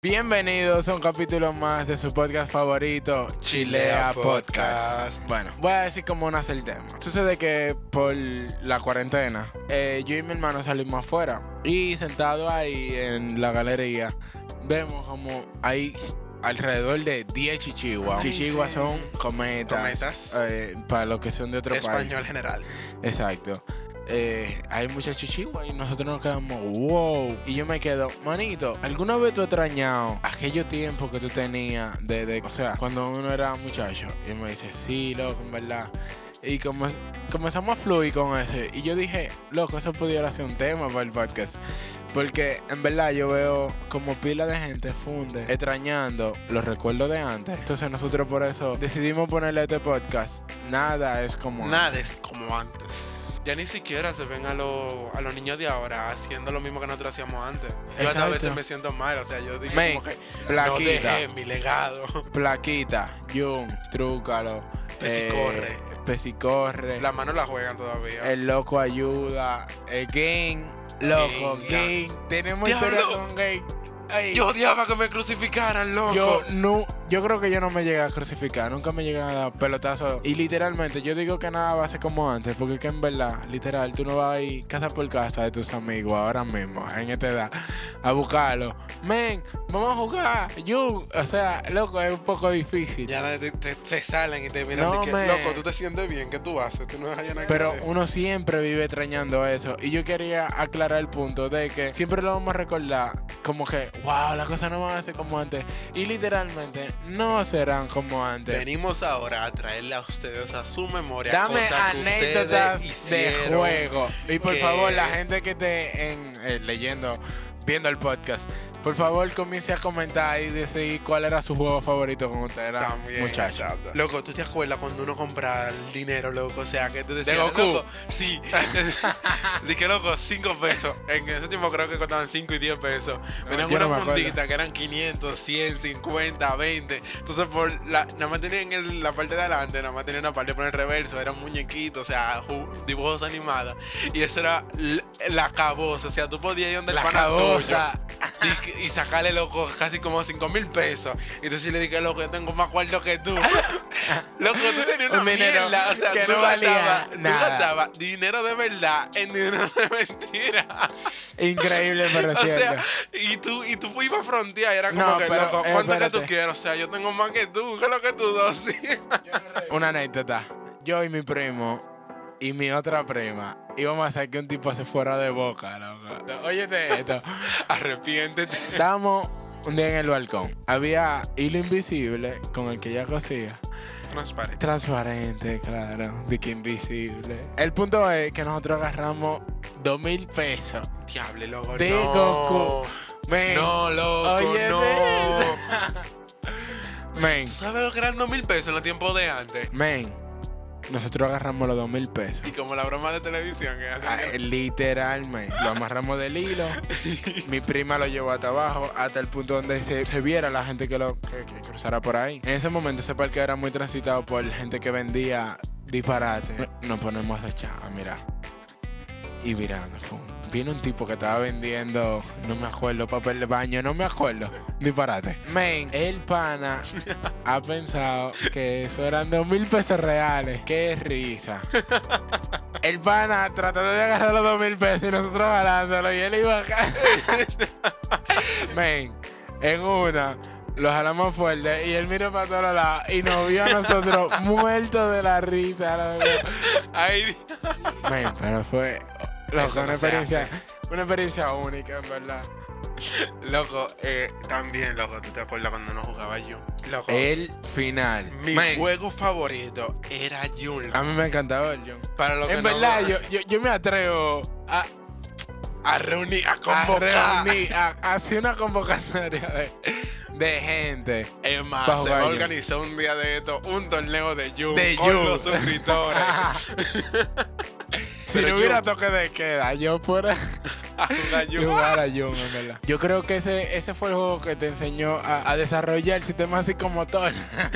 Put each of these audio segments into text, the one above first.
Bienvenidos a un capítulo más de su podcast favorito, Chilea Podcast. Bueno, voy a decir cómo nace el tema. Sucede que por la cuarentena, yo y mi hermano salimos afuera y sentado ahí en la galería, vemos como hay alrededor de 10 chichiguas. Chichiguas son cometas. Para los que son de otro país. Español general. Exacto. Hay muchas chichiguas y nosotros nos quedamos wow. Y yo me quedo, manito, ¿alguna vez tú has extrañado aquellos tiempos que tú tenías o sea, cuando uno era muchacho? Y él me dice, sí, loco, en verdad. Y comenzamos a fluir con eso. Y yo dije, loco, eso pudiera ser un tema para el podcast. Porque en verdad yo veo como pila de gente funde extrañando los recuerdos de antes. Entonces nosotros por eso decidimos ponerle a este podcast Nada es como antes. Ya ni siquiera se ven a los niños de ahora haciendo lo mismo que nosotros hacíamos antes. Yo hasta a veces me siento mal, o sea, yo digo como que plaquita, no dejé mi legado. Plaquita, Jun, Trúcalo, Pesicorre. Las manos la juegan todavía. El loco ayuda, el game, loco, game. Tenemos historia con game. Ay. Yo odiaba que me crucificaran, loco. Yo creo que yo no me llegué a crucificar. Nunca me llegué a dar pelotazo. Y literalmente, yo digo que nada va a ser como antes. Porque que en verdad, literal, tú no vas a ir casa por casa de tus amigos ahora mismo, en esta edad, a buscarlo. Men, vamos a jugar. O sea, loco, es un poco difícil. Ya te salen y te miran no, y que, loco, tú te sientes bien. ¿Qué tú haces? Tú no vas a nada. Pero uno siempre vive extrañando eso. Y yo quería aclarar el punto de que siempre lo vamos a recordar como que wow, las cosas no van a ser como antes. Y literalmente no serán como antes. Venimos ahora a traerle a ustedes a su memoria. Dame anécdotas de juego. Y por favor, la gente que esté viendo el podcast, por favor comience a comentar y decir cuál era su juego favorito cuando usted era muchacho. Loco, ¿tú te acuerdas cuando uno compraba el dinero, loco? O sea, que te decían, ¿de Goku? Loco, sí. Dije, loco, 5 pesos. En ese tiempo creo que costaban 5 y 10 pesos. Venían unas funditas que eran 500, 100, 50, 20. Entonces, nada más tenían en la parte de adelante, nada más tenían una parte por el reverso. Eran muñequitos, o sea, dibujos animados. Y eso era la caboza. O sea, tú podías ir donde el pana tuyo y sacarle, loco, casi como 5,000 pesos. Y entonces le dije, loco, yo tengo más cuarto que tú. Loco, tú tenías una mierda. O sea, que tú no valía nada. gastabas dinero de verdad en dinero de mentira. Increíble, pero o cierto. sea, y tú ibas a frontear y era como que, pero, loco, ¿cuánto que tú quieres? O sea, yo tengo más que tú. ¿Qué es lo que tú dos? Una anécdota. Yo y mi primo y mi otra prima íbamos a hacer que un tipo se fuera de boca, loco. Óyete esto. Arrepiéntete. Estábamos un día en el balcón. Había hilo invisible con el que ella cosía. Transparente, claro. De que invisible. El punto es que nosotros agarramos 2,000 pesos. Diable, loco, de no. Goku. Man, no, loco, oye, no. Man. ¿Tú sabes lo que eran 2,000 pesos en los tiempos de antes? Man. Nosotros agarramos los 2,000 pesos. Y como la broma de televisión que hacen. Literalmente. Lo amarramos del hilo. Mi prima lo llevó hasta abajo, hasta el punto donde se viera la gente que cruzara por ahí. En ese momento ese parque era muy transitado por gente que vendía disparate. Nos ponemos a echar, mira. Y mirando, vino un tipo que estaba vendiendo, no me acuerdo, papel de baño, no me acuerdo. Disparate. Man, el pana ha pensado que eso eran 2,000 pesos reales. Qué risa. El pana tratando de agarrar los 2,000 pesos y nosotros jalándolo y él iba acá. Man, en una lo jalamos fuerte y él miró para todos lados y nos vio a nosotros muertos de la risa. Ay, man, pero fue una experiencia única, en verdad. Loco, también, loco, ¿tú te acuerdas cuando no jugaba Jun? Loco, El final. Mi juego favorito era Jun. A mí me encantaba el Jun. Para lo que en verdad, yo me atrevo a reunir, a convocar. A hacer una convocatoria de gente. Es más, se va a organizar un día de esto, un torneo de Jun con los suscriptores. Si no hubiera toque de queda, yo fuera jugar a Jun, en verdad. Yo creo que ese fue el juego que te enseñó a desarrollar el sistema psicomotor.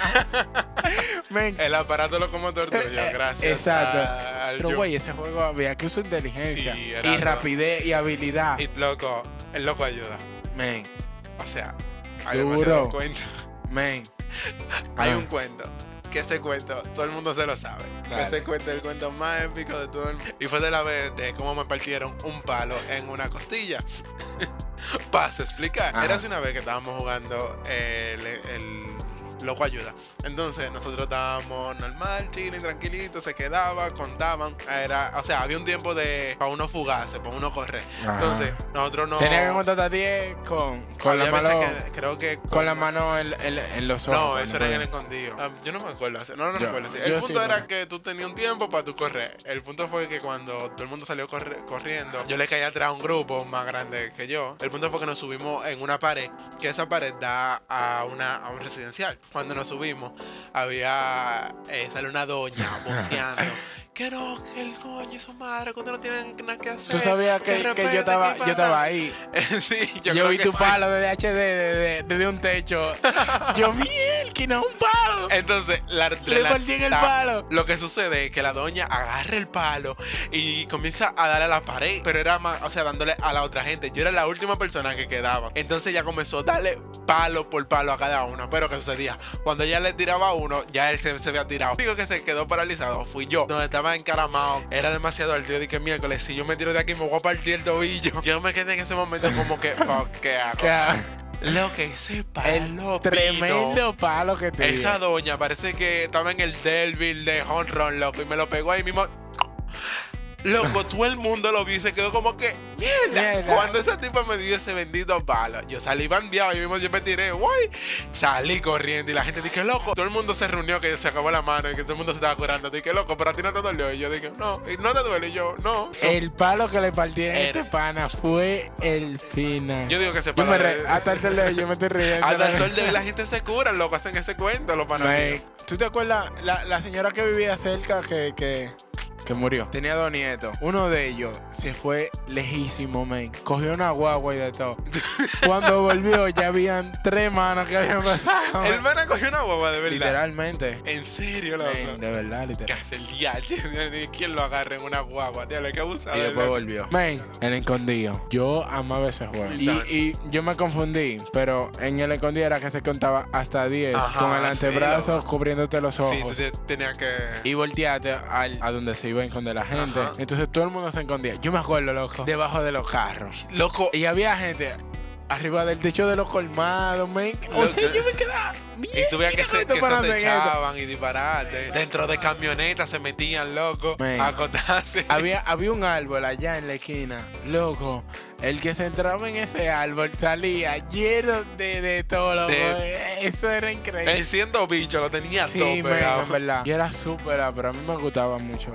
El aparato locomotor tuyo, gracias. Exacto. Pero güey, ese juego había que usar inteligencia y rapidez y habilidad. Y loco, el loco ayuda. Man. O sea, Hay demasiados Duro. cuentos. Man. Hay un cuento. Que ese cuento, todo el mundo se lo sabe. Claro. Ese cuento es el cuento más épico de todo el mundo. Y fue de la vez de cómo me partieron un palo en una costilla. Paso a explicar. Ajá. Era hace una vez que estábamos jugando el Loco Ayuda. Entonces nosotros estábamos normal, chilling, tranquilito, se quedaba, contaban. O sea, había un tiempo para uno fugarse, para uno correr. Ajá. Entonces, nosotros no. Tenía que contar hasta 10 con la había veces mano. creo que Con la mano en los ojos. no, eso era en el podía. escondido. Yo no me acuerdo. No lo Yo- recuerdo. Sí. yo El sí, punto era bueno. que tú tenías un tiempo para tú correr. El punto fue que cuando todo el mundo salió corriendo, yo le caí atrás a un grupo más grande que yo. El punto fue que nos subimos en una pared, que esa pared da a un residencial. Cuando nos subimos, sale una doña voceando. Que no, que el coño y su madre, que ustedes no tienen nada que hacer. Tú sabías que yo estaba ahí. Sí, Yo creo vi que tu fue. palo desde HD, desde un techo. Yo vi que no un palo. Entonces, Le partí en el palo. Lo que sucede es que la doña agarra el palo y comienza a darle a la pared, pero era más, o sea, dándole a la otra gente. Yo era la última persona que quedaba. Entonces ella comenzó a darle palo por palo a cada uno. Pero ¿qué sucedía? Cuando ella le tiraba a uno, ya él se había tirado. Digo que se quedó paralizado, fui yo. Donde estaba encaramado, era demasiado alto. Yo dije, miércoles, si yo me tiro de aquí me voy a partir el tobillo. Yo me quedé en ese momento como que, fuck, ¿qué hago? Lo que ese palo El tremendo palo que te Esa dio. doña parece que estaba en el Delville de home run, loco, y me lo pegó ahí mismo. Loco, todo el mundo lo vio y se quedó como que, mierda. Cuando esa tipa me dio ese bendito palo, yo salí bandeado y mismo yo me tiré, guay. Salí corriendo y la gente dije, loco. Todo el mundo se reunió, que se acabó la mano y que todo el mundo se estaba curando. Dije, loco, pero a ti no te dolió. Y yo dije, no, y no te duele. Y yo, no. El palo que le partí a este Era. pana fue el final. Yo digo que se Yo me hasta el sol de hoy yo me estoy riendo. Hasta el sol de hoy la gente se cura, loco, hacen ese cuento, los panas. Man, ¿tú te acuerdas la señora que vivía cerca que murió? Tenía 2 nietos. Uno de ellos se fue lejísimo, man. Cogió una guagua y de todo. Cuando volvió ya habían 3 manos que habían pasado. El mana cogió una boba, de verdad. Literalmente. En serio, loco. Man, de verdad, ¿Qué literal. hace el día? ¿Quién lo agarra en una guagua? Diablo, qué abusado. Y después volvió. Man, el escondido. Yo amaba ese juego. Y yo me confundí, pero en el escondido era que se contaba hasta 10 Ajá, con el sí, antebrazo loco. cubriéndote los ojos. Sí, entonces tenía que... Y volteate a donde se iba a esconder la gente. Ajá. Entonces todo el mundo se escondía. Yo me acuerdo, loco, debajo de los carros. Loco, Y había gente arriba del techo de los colmados, man. O Loco. sea, yo me quedaba. y tú veías que se parando en esto. echaban y disparates. Dentro de camionetas se metían, loco, Man. a acotarse. Había un árbol allá en la esquina, loco. El que se entraba en ese árbol salía lleno de todo, loco. Eso era increíble. Él siendo bicho, lo tenía Sí, todo man, pegado. en verdad. Y era súper, pero a mí me gustaba mucho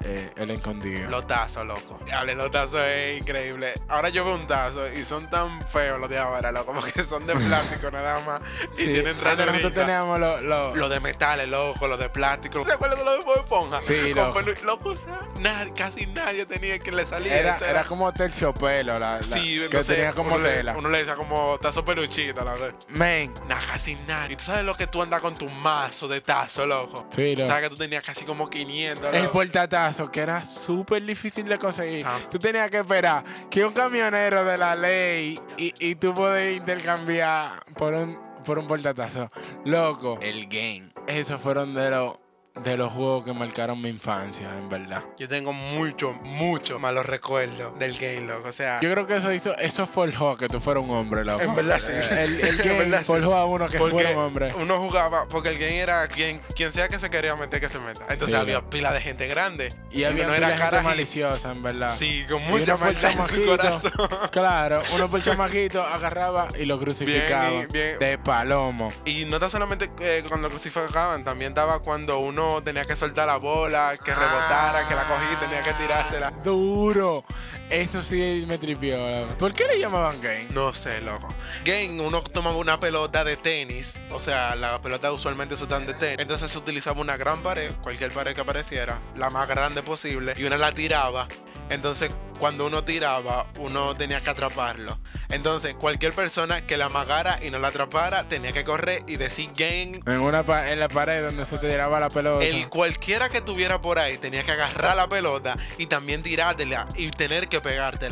el escondido. Los tazos, loco. Dale, los tazos es increíble. Ahora yo veo un tazo y son tan feos los de ahora, loco, porque son de plástico nada más. Y Sí, tienen antes nosotros ranurita. teníamos Los de metales, loco, los de plástico. ¿Se acuerdan de los de Bob Esponja? Sí, Con loco. loco, o sea, casi nadie tenía que le salía. eso era como terciopelo, sí, que entonces tenía como uno tela. uno le decía como tazo peluchito, la verdad. Man, Casi nadie. Y tú sabes lo que tú andas con tu mazo de tazo, loco. sí, loco. Sabes que tú tenías casi como 500, El loco. portatazo, que era súper difícil de conseguir. Ah. Tú tenías que esperar que un camionero de la ley y tú podés intercambiar por un portatazo. Loco, el game. Esos fueron de los juegos que marcaron mi infancia, en verdad. Yo tengo mucho malos recuerdos del game, loco. O sea, Yo creo que eso forjó que tú fueras un hombre, loco. En verdad, sí. El En game verdad, sí. forjó a uno que porque fuera un hombre. uno jugaba, porque el game era quien sea que se quería meter, que se meta. Entonces Sí, había loco. pila de gente grande. Y había uno pila era de gente carajito. maliciosa, en verdad. Sí, con Y mucha uno por maldad en su chamaquito, corazón. claro, uno por chamaquito agarraba y lo crucificaba bien. de palomo. Y no tan solamente cuando lo crucificaban, también daba cuando uno tenía que soltar la bola, que rebotara, que la cogí, tenía que tirársela. Duro. Eso sí me tripió. Loco. ¿Por qué le llamaban game? No sé, loco. Game, uno tomaba una pelota de tenis. O sea, las pelotas usualmente se usan de tenis. Entonces se utilizaba una gran pared, cualquier pared que apareciera, la más grande posible, y uno la tiraba. Entonces, cuando uno tiraba, uno tenía que atraparlo. Entonces, cualquier persona que la amagara y no la atrapara, tenía que correr y decir game. En la pared donde se te tiraba la pelota. Cualquiera que tuviera por ahí tenía que agarrar la pelota y también tirártela y tener que pegártela.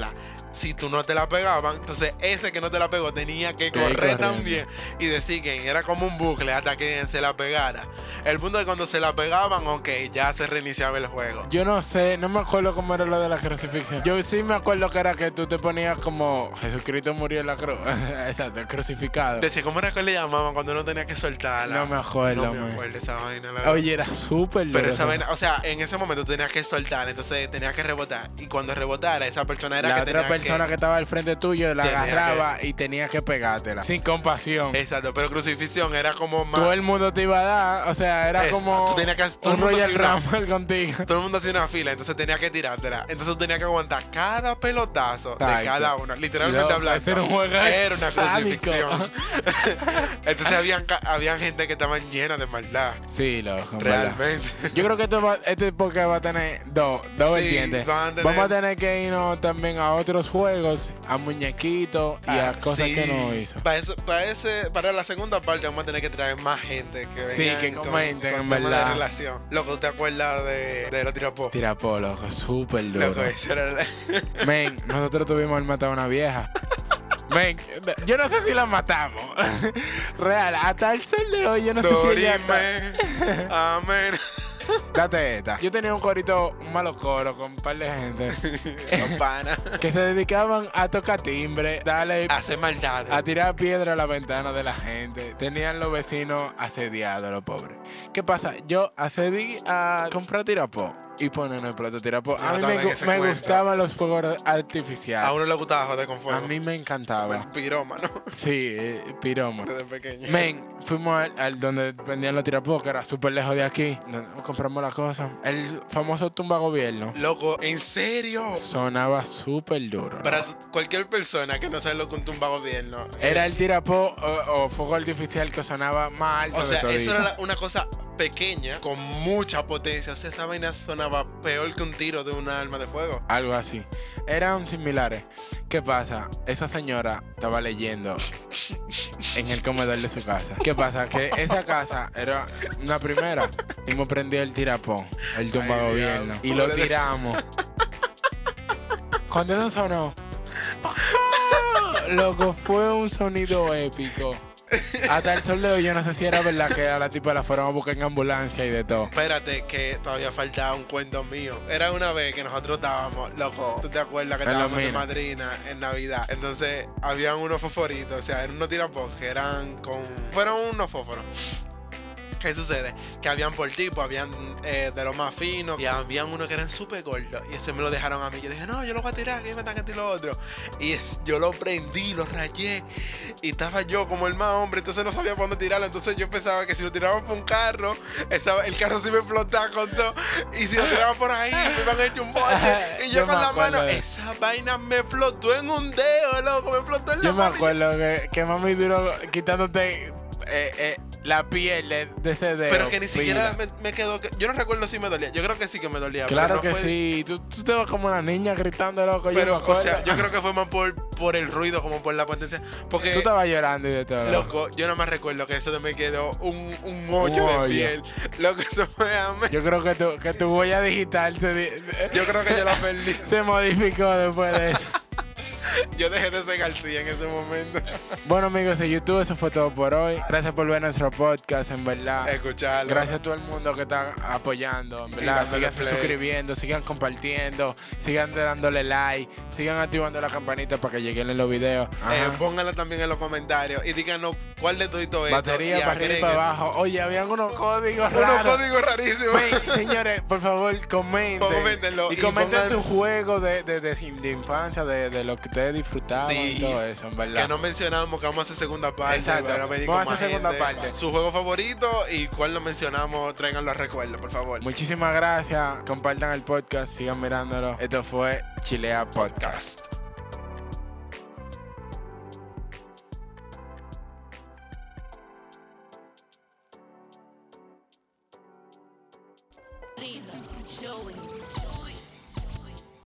si tú no te la pegaban, entonces ese que no te la pegó tenía que correr también y decir que era como un bucle hasta que se la pegara. El punto de cuando se la pegaban, ok, ya se reiniciaba el juego. Yo no sé, no me acuerdo cómo era lo de la crucifixión. Yo sí me acuerdo que era que tú te ponías como Jesucristo murió en la cruz. Exacto, crucificado. Decía, ¿cómo era que le llamaban cuando uno tenía que soltarla? No me acuerdo, No me acuerdo esa vaina, la verdad. Oye, era súper Pero esa vaina, o sea, en ese momento tú tenías que soltar, entonces tenías que rebotar. Y cuando rebotara, esa persona era la que otra tenía persona que estaba al frente tuyo la tenía agarraba y tenía que pegártela. Sin compasión. Exacto, pero crucifixión era como más... Todo el mundo te iba a dar, o sea, era como tú tenías que, todo un Royal Rumble contigo. Todo el mundo hacía una fila, entonces tenía que tirártela. Entonces tú tenías que aguantar cada pelotazo de cada uno. Literalmente hablando. Era un juego era una sádico. crucifixión. Entonces habían gente que estaban llenas de maldad. Sí, loco. Realmente. Yo creo que este podcast va a tener dos vertientes. Vamos a tener que irnos también a otros juegos, a muñequitos y a cosas que no hizo. Para la segunda parte vamos a tener que traer más gente que vengan que comenten, con en temas verdad. de relación. Loco, ¿te acuerdas de los tirapos? Tirapó, loco, súper duro. Loco, eso era Men, nosotros tuvimos que matar a una vieja. Men, yo no sé si la matamos. Real, hasta el sol de hoy yo no sé si ella está. Amén. Date esta. Yo tenía un corito, un malo coro con un par de gente Pana. que se dedicaban a tocar timbre, darle, hacer maldades, a tirar piedra a la ventana de la gente. Tenían los vecinos asediados, los pobres. ¿Qué pasa? Yo accedí a comprar tirapó y poner el plato tirapó. A mí me gustaban los fuegos artificiales. A uno le gustaba joder con fuego. A mí me encantaba. El pirómano. Sí, pirómano. Desde pequeño. Men, fuimos al donde vendían los tirapó, que era súper lejos de aquí. Compramos la cosa. El famoso tumba gobierno. Loco, ¿en serio? Sonaba súper duro. Para cualquier persona que no sabe lo que un tumba gobierno. Era el tirapó o fuego artificial que sonaba más alto. O sea, de eso era una cosa pequeña con mucha potencia. O sea, esa vaina sonaba peor que un tiro de una arma de fuego. Algo así. Eran similares. ¿Qué pasa? Esa señora estaba leyendo en el comedor de su casa. ¿Qué pasa? Que esa casa era una primera. Y me prendió el tirapó, el tumba gobierno. Y lo tiramos. Cuando eso sonó, loco, fue un sonido épico. Hasta el sol de hoy yo no sé si era verdad que a la tipa la fueron a buscar en ambulancia y de todo. Espérate, que todavía faltaba un cuento mío. Era una vez que nosotros estábamos, loco, ¿tú te acuerdas que estábamos de madrina en Navidad? Entonces, habían unos fosforitos, o sea, eran unos tirapos que fueron unos fósforos. ¿Qué sucede? Que habían por tipo, habían de los más finos y habían unos que eran súper gordos. Y ese me lo dejaron a mí. Yo dije, no, yo lo voy a tirar, que me están y lo otro. Y yo lo prendí, lo rayé. Y estaba yo como el más hombre, entonces no sabía por dónde tirarlo. Entonces yo pensaba que si lo tiraba por un carro, el carro sí me explotaba con todo. Y si lo tiraba por ahí, me iban a echar un boche. Y yo con la mano, esa vaina me explotó en un dedo, loco, me explotó en la mano. Yo me acuerdo que mami duró quitándote la piel de ese dedo. Pero que ni siquiera me quedó. Yo no recuerdo si me dolía. Yo creo que sí que me dolía. Claro no que sí. Tú te vas como una niña gritando, loco. Pero, o sea, yo creo que fue más por el ruido, como por la potencia. Porque tú estabas llorando y de todo. Loco, yo no me recuerdo que eso me quedó un hoyo de piel. Loco, eso fue a mí. Yo creo que tu huella digital yo creo que yo la perdí. Se modificó después de eso. Yo dejé de ser García en ese momento. Bueno, amigos de YouTube, eso fue todo por hoy. Gracias por ver nuestro podcast, en verdad. Escucharlo. Gracias a todo el mundo que está apoyando, en verdad. Sigan suscribiendo, sigan compartiendo, sigan dándole like, sigan activando la campanita para que lleguen los videos. Pónganlo también en los comentarios y díganos cuál de todo esto. Batería para arriba y para abajo. Oye, habían unos códigos raros. Unos códigos rarísimos. Señores, por favor, coméntenlo. Y comenten su juego de infancia, de lo que ustedes disfrutaban y todo eso, en verdad. Que no mencionamos que vamos a hacer segunda parte. Exacto. Vamos a hacer segunda parte. Su juego favorito y cuál no mencionamos, tráiganlo a recuerdo, por favor. Muchísimas gracias. Compartan el podcast, sigan mirándolo. Esto fue Chilea Podcast. Showing.